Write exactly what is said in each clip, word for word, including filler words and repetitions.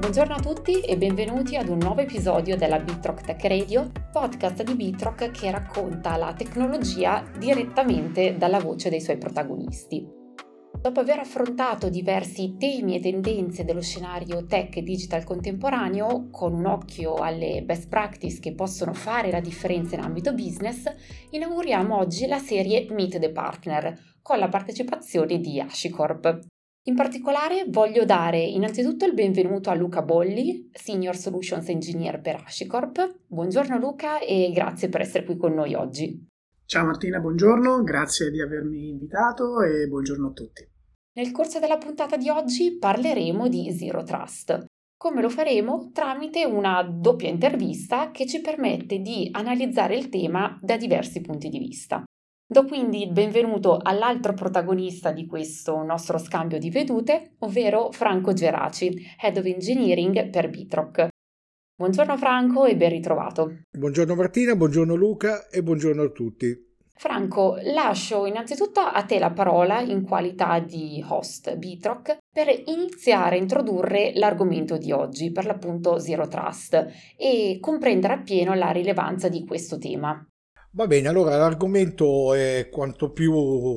Buongiorno a tutti e benvenuti ad un nuovo episodio della Bitrock Tech Radio, podcast di Bitrock che racconta la tecnologia direttamente dalla voce dei suoi protagonisti. Dopo aver affrontato diversi temi e tendenze dello scenario tech e digital contemporaneo, con un occhio alle best practice che possono fare la differenza in ambito business, inauguriamo oggi la serie Meet the Partner, con la partecipazione di HashiCorp. In particolare voglio dare innanzitutto il benvenuto a Luca Bolli, Senior Solutions Engineer per HashiCorp. Buongiorno Luca e grazie per essere qui con noi oggi. Ciao Martina, buongiorno, grazie di avermi invitato e buongiorno a tutti. Nel corso della puntata di oggi parleremo di Zero Trust. Come lo faremo? Tramite una doppia intervista che ci permette di analizzare il tema da diversi punti di vista. Do quindi il benvenuto all'altro protagonista di questo nostro scambio di vedute, ovvero Franco Geraci, Head of Engineering per Bitrock. Buongiorno Franco e ben ritrovato. Buongiorno Martina, buongiorno Luca e buongiorno a tutti. Franco, lascio innanzitutto a te la parola in qualità di host Bitrock per iniziare a introdurre l'argomento di oggi, per l'appunto Zero Trust, e comprendere appieno la rilevanza di questo tema. Va bene, allora l'argomento è quanto più,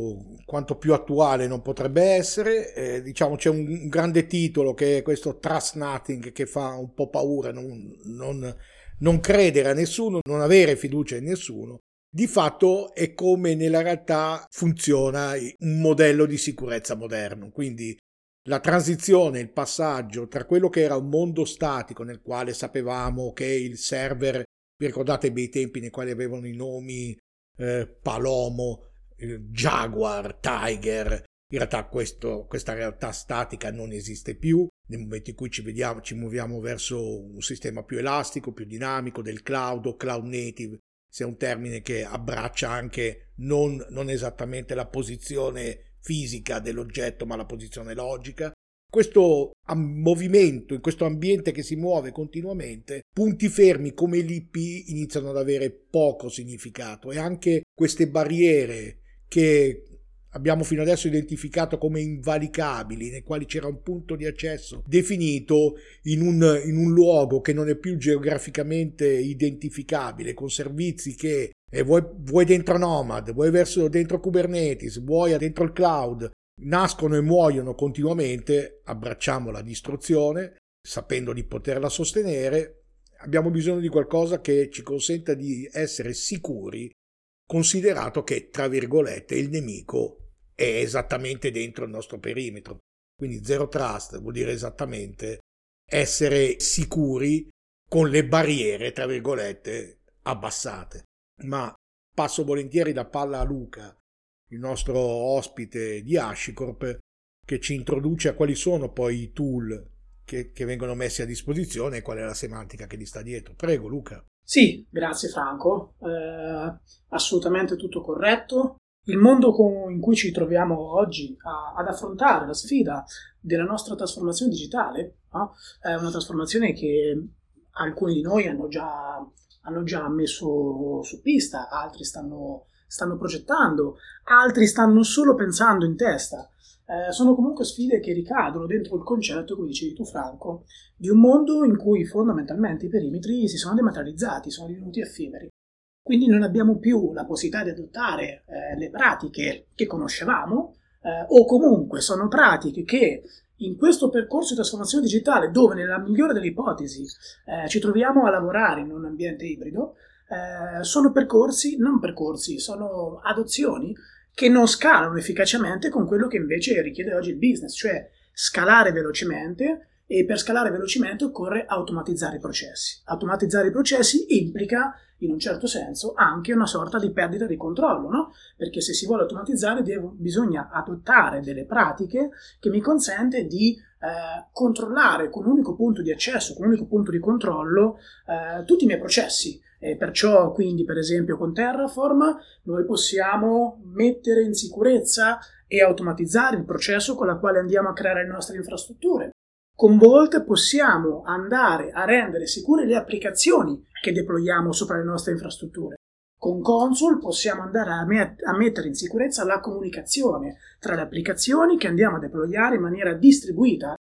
quanto più attuale non potrebbe essere. Eh, diciamo c'è un, un grande titolo che è questo Trust Nothing che fa un po' paura, non, non, non credere a nessuno, non avere fiducia in nessuno. Di fatto è come nella realtà funziona un modello di sicurezza moderno, quindi la transizione, il passaggio tra quello che era un mondo statico nel quale sapevamo che il server, vi ricordate i bei tempi nei quali avevano i nomi eh, Palomo, eh, Jaguar, Tiger, in realtà questo, questa realtà statica non esiste più, nel momento in cui ci, vediamo, ci muoviamo verso un sistema più elastico, più dinamico, del cloud o cloud native, sia un termine che abbraccia anche non, non esattamente la posizione fisica dell'oggetto ma la posizione logica. Questo movimento, in questo ambiente che si muove continuamente, punti fermi come l'I P iniziano ad avere poco significato e anche queste barriere che abbiamo fino adesso identificato come invalicabili, nei quali c'era un punto di accesso definito in un, in un luogo che non è più geograficamente identificabile, con servizi che eh, vuoi, vuoi dentro Nomad, vuoi verso dentro Kubernetes, vuoi dentro il cloud, nascono e muoiono continuamente. Abbracciamo la distruzione sapendo di poterla sostenere. Abbiamo bisogno di qualcosa che ci consenta di essere sicuri, considerato che, tra virgolette, il nemico è esattamente dentro il nostro perimetro. Quindi Zero Trust vuol dire esattamente essere sicuri con le barriere, tra virgolette, abbassate. Ma passo volentieri da palla a Luca, il nostro ospite di HashiCorp, che ci introduce a quali sono poi i tool che, che vengono messi a disposizione e qual è la semantica che gli sta dietro. Prego Luca. Sì, grazie Franco, eh, assolutamente tutto corretto. Il mondo con, in cui ci troviamo oggi a, ad affrontare la sfida della nostra trasformazione digitale, no? È una trasformazione che alcuni di noi hanno già, hanno già messo su pista, altri stanno, stanno progettando, altri stanno solo pensando in testa. Eh, sono comunque sfide che ricadono dentro il concetto, come dicevi tu Franco, di un mondo in cui fondamentalmente i perimetri si sono dematerializzati, sono divenuti effimeri. Quindi non abbiamo più la possibilità di adottare eh, le pratiche che conoscevamo eh, o comunque sono pratiche che in questo percorso di trasformazione digitale, dove nella migliore delle ipotesi eh, ci troviamo a lavorare in un ambiente ibrido, eh, sono percorsi, non percorsi, sono adozioni che non scalano efficacemente con quello che invece richiede oggi il business, cioè scalare velocemente, e per scalare velocemente occorre automatizzare i processi. Automatizzare i processi implica, in un certo senso, anche una sorta di perdita di controllo, no? Perché se si vuole automatizzare devo, bisogna adottare delle pratiche che mi consente di eh, controllare con un unico punto di accesso, con un unico punto di controllo eh, tutti i miei processi. E perciò, quindi, per esempio, con Terraform noi possiamo mettere in sicurezza e automatizzare il processo con il quale andiamo a creare le nostre infrastrutture. Con Vault possiamo andare a rendere sicure le applicazioni che deployiamo sopra le nostre infrastrutture. Con Consul possiamo andare a, met- a mettere in sicurezza la comunicazione tra le applicazioni che andiamo a deployare in maniera distribuita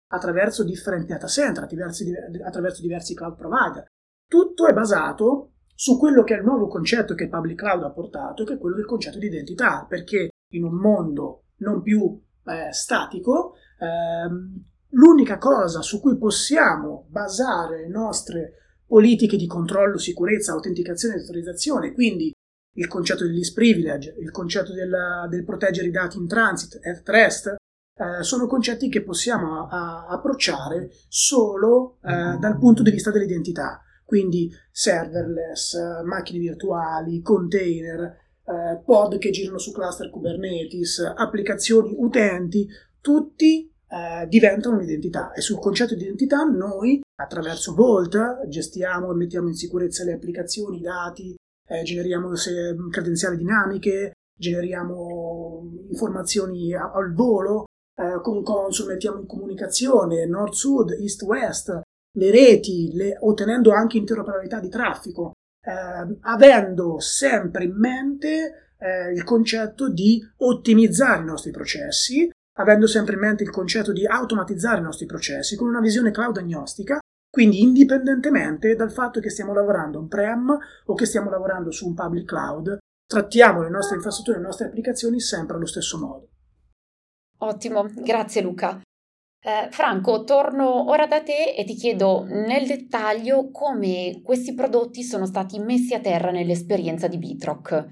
attraverso different data center, attraverso, attraverso diversi cloud provider. Tutto è basato su quello che è il nuovo concetto che il public cloud ha portato, che è quello del concetto di identità, perché in un mondo non più eh, statico, ehm, l'unica cosa su cui possiamo basare le nostre politiche di controllo, sicurezza, autenticazione e autorizzazione, quindi il concetto del least privilege, il concetto del, del proteggere i dati in transit, at rest, eh, sono concetti che possiamo a, a, approcciare solo eh, dal punto di vista dell'identità. Quindi serverless, eh, macchine virtuali, container, eh, pod che girano su cluster Kubernetes, applicazioni, utenti, tutti eh, diventano un'identità. E sul concetto di identità noi, attraverso Vault, gestiamo e mettiamo in sicurezza le applicazioni, i dati, eh, generiamo se, credenziali dinamiche, generiamo informazioni a, al volo, eh, con Consul mettiamo in comunicazione nord-sud, east-west, le reti, le, ottenendo anche interoperabilità di traffico, eh, avendo sempre in mente eh, il concetto di ottimizzare i nostri processi, avendo sempre in mente il concetto di automatizzare i nostri processi con una visione cloud agnostica, quindi indipendentemente dal fatto che stiamo lavorando on-prem o che stiamo lavorando su un public cloud, trattiamo le nostre infrastrutture, le nostre applicazioni sempre allo stesso modo. Ottimo, grazie Luca. Eh, Franco, torno ora da te e ti chiedo nel dettaglio come questi prodotti sono stati messi a terra nell'esperienza di Bitrock.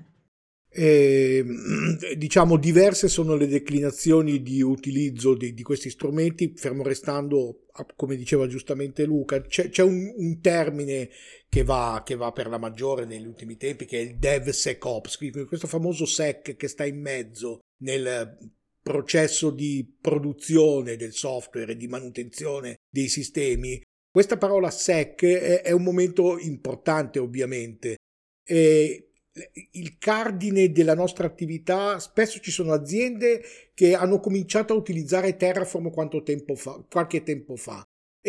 Eh, diciamo diverse sono le declinazioni di utilizzo di, di questi strumenti, fermo restando, come diceva giustamente Luca, c'è, c'è un, un termine che va, che va per la maggiore negli ultimi tempi, che è il DevSecOps, questo famoso sec che sta in mezzo nel processo di produzione del software e di manutenzione dei sistemi. Questa parola sec è, è un momento importante, ovviamente. E il cardine della nostra attività, spesso ci sono aziende che hanno cominciato a utilizzare Terraform quanto tempo fa, qualche tempo fa,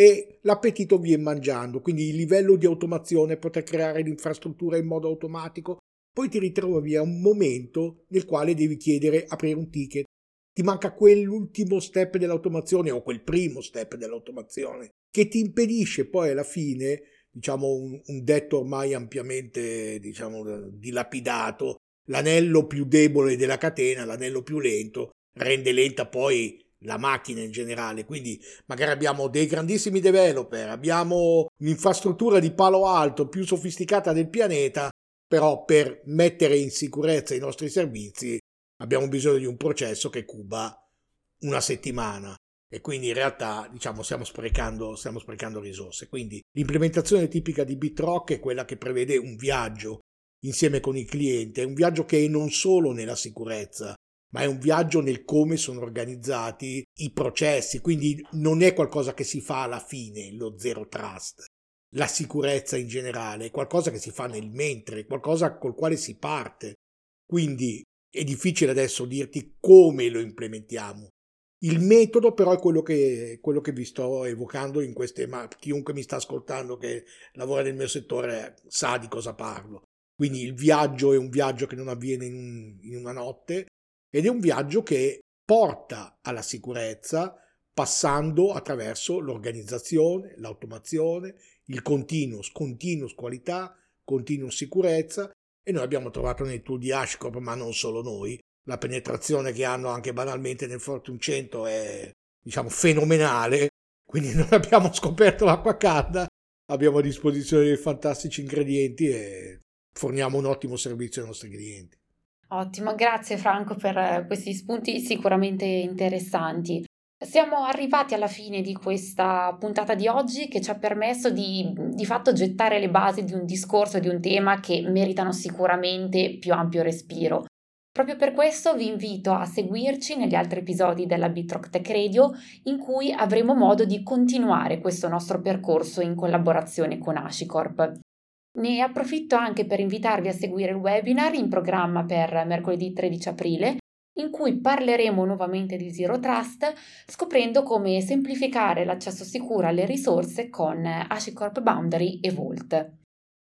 e l'appetito viene mangiando, quindi il livello di automazione, poter creare l'infrastruttura in modo automatico, poi ti ritrovi a un momento nel quale devi chiedere, aprire un ticket, ti manca quell'ultimo step dell'automazione o quel primo step dell'automazione che ti impedisce poi alla fine, diciamo un, un detto ormai ampiamente, diciamo, dilapidato, l'anello più debole della catena, l'anello più lento, rende lenta poi la macchina in generale. Quindi magari abbiamo dei grandissimi developer, abbiamo un'infrastruttura di palo alto più sofisticata del pianeta, però per mettere in sicurezza i nostri servizi abbiamo bisogno di un processo che cuba una settimana. E quindi in realtà, diciamo, stiamo sprecando, stiamo sprecando risorse. Quindi l'implementazione tipica di Bitrock è quella che prevede un viaggio insieme con il cliente, è un viaggio che è non solo nella sicurezza, ma è un viaggio nel come sono organizzati i processi, quindi non è qualcosa che si fa alla fine, lo zero trust. La sicurezza in generale è qualcosa che si fa nel mentre, qualcosa col quale si parte. Quindi è difficile adesso dirti come lo implementiamo. Il metodo però è quello che, quello che vi sto evocando in queste, ma chiunque mi sta ascoltando che lavora nel mio settore sa di cosa parlo. Quindi il viaggio è un viaggio che non avviene in, un, in una notte ed è un viaggio che porta alla sicurezza passando attraverso l'organizzazione, l'automazione, il continuous, continuous qualità, continuous sicurezza, e noi abbiamo trovato nel tool di HashiCorp, ma non solo noi, la penetrazione che hanno anche banalmente nel Fortune cento è, diciamo, fenomenale, quindi non abbiamo scoperto l'acqua calda, abbiamo a disposizione dei fantastici ingredienti e forniamo un ottimo servizio ai nostri clienti. Ottimo, grazie Franco per questi spunti sicuramente interessanti. Siamo arrivati alla fine di questa puntata di oggi che ci ha permesso di, di fatto gettare le basi di un discorso, di un tema che meritano sicuramente più ampio respiro. Proprio per questo vi invito a seguirci negli altri episodi della Bitrock Tech Radio, in cui avremo modo di continuare questo nostro percorso in collaborazione con HashiCorp. Ne approfitto anche per invitarvi a seguire il webinar in programma per mercoledì tredici aprile, in cui parleremo nuovamente di Zero Trust, scoprendo come semplificare l'accesso sicuro alle risorse con HashiCorp Boundary e Vault.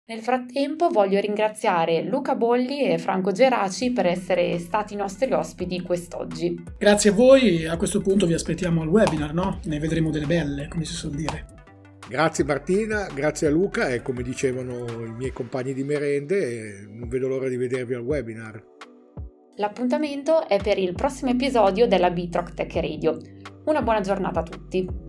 Nel frattempo voglio ringraziare Luca Bolli e Franco Geraci per essere stati i nostri ospiti quest'oggi. Grazie a voi, a questo punto vi aspettiamo al webinar, no? Ne vedremo delle belle, come si suol dire. Grazie Martina, grazie a Luca e come dicevano i miei compagni di merende, non vedo l'ora di vedervi al webinar. L'appuntamento è per il prossimo episodio della Bitrock Tech Radio. Una buona giornata a tutti!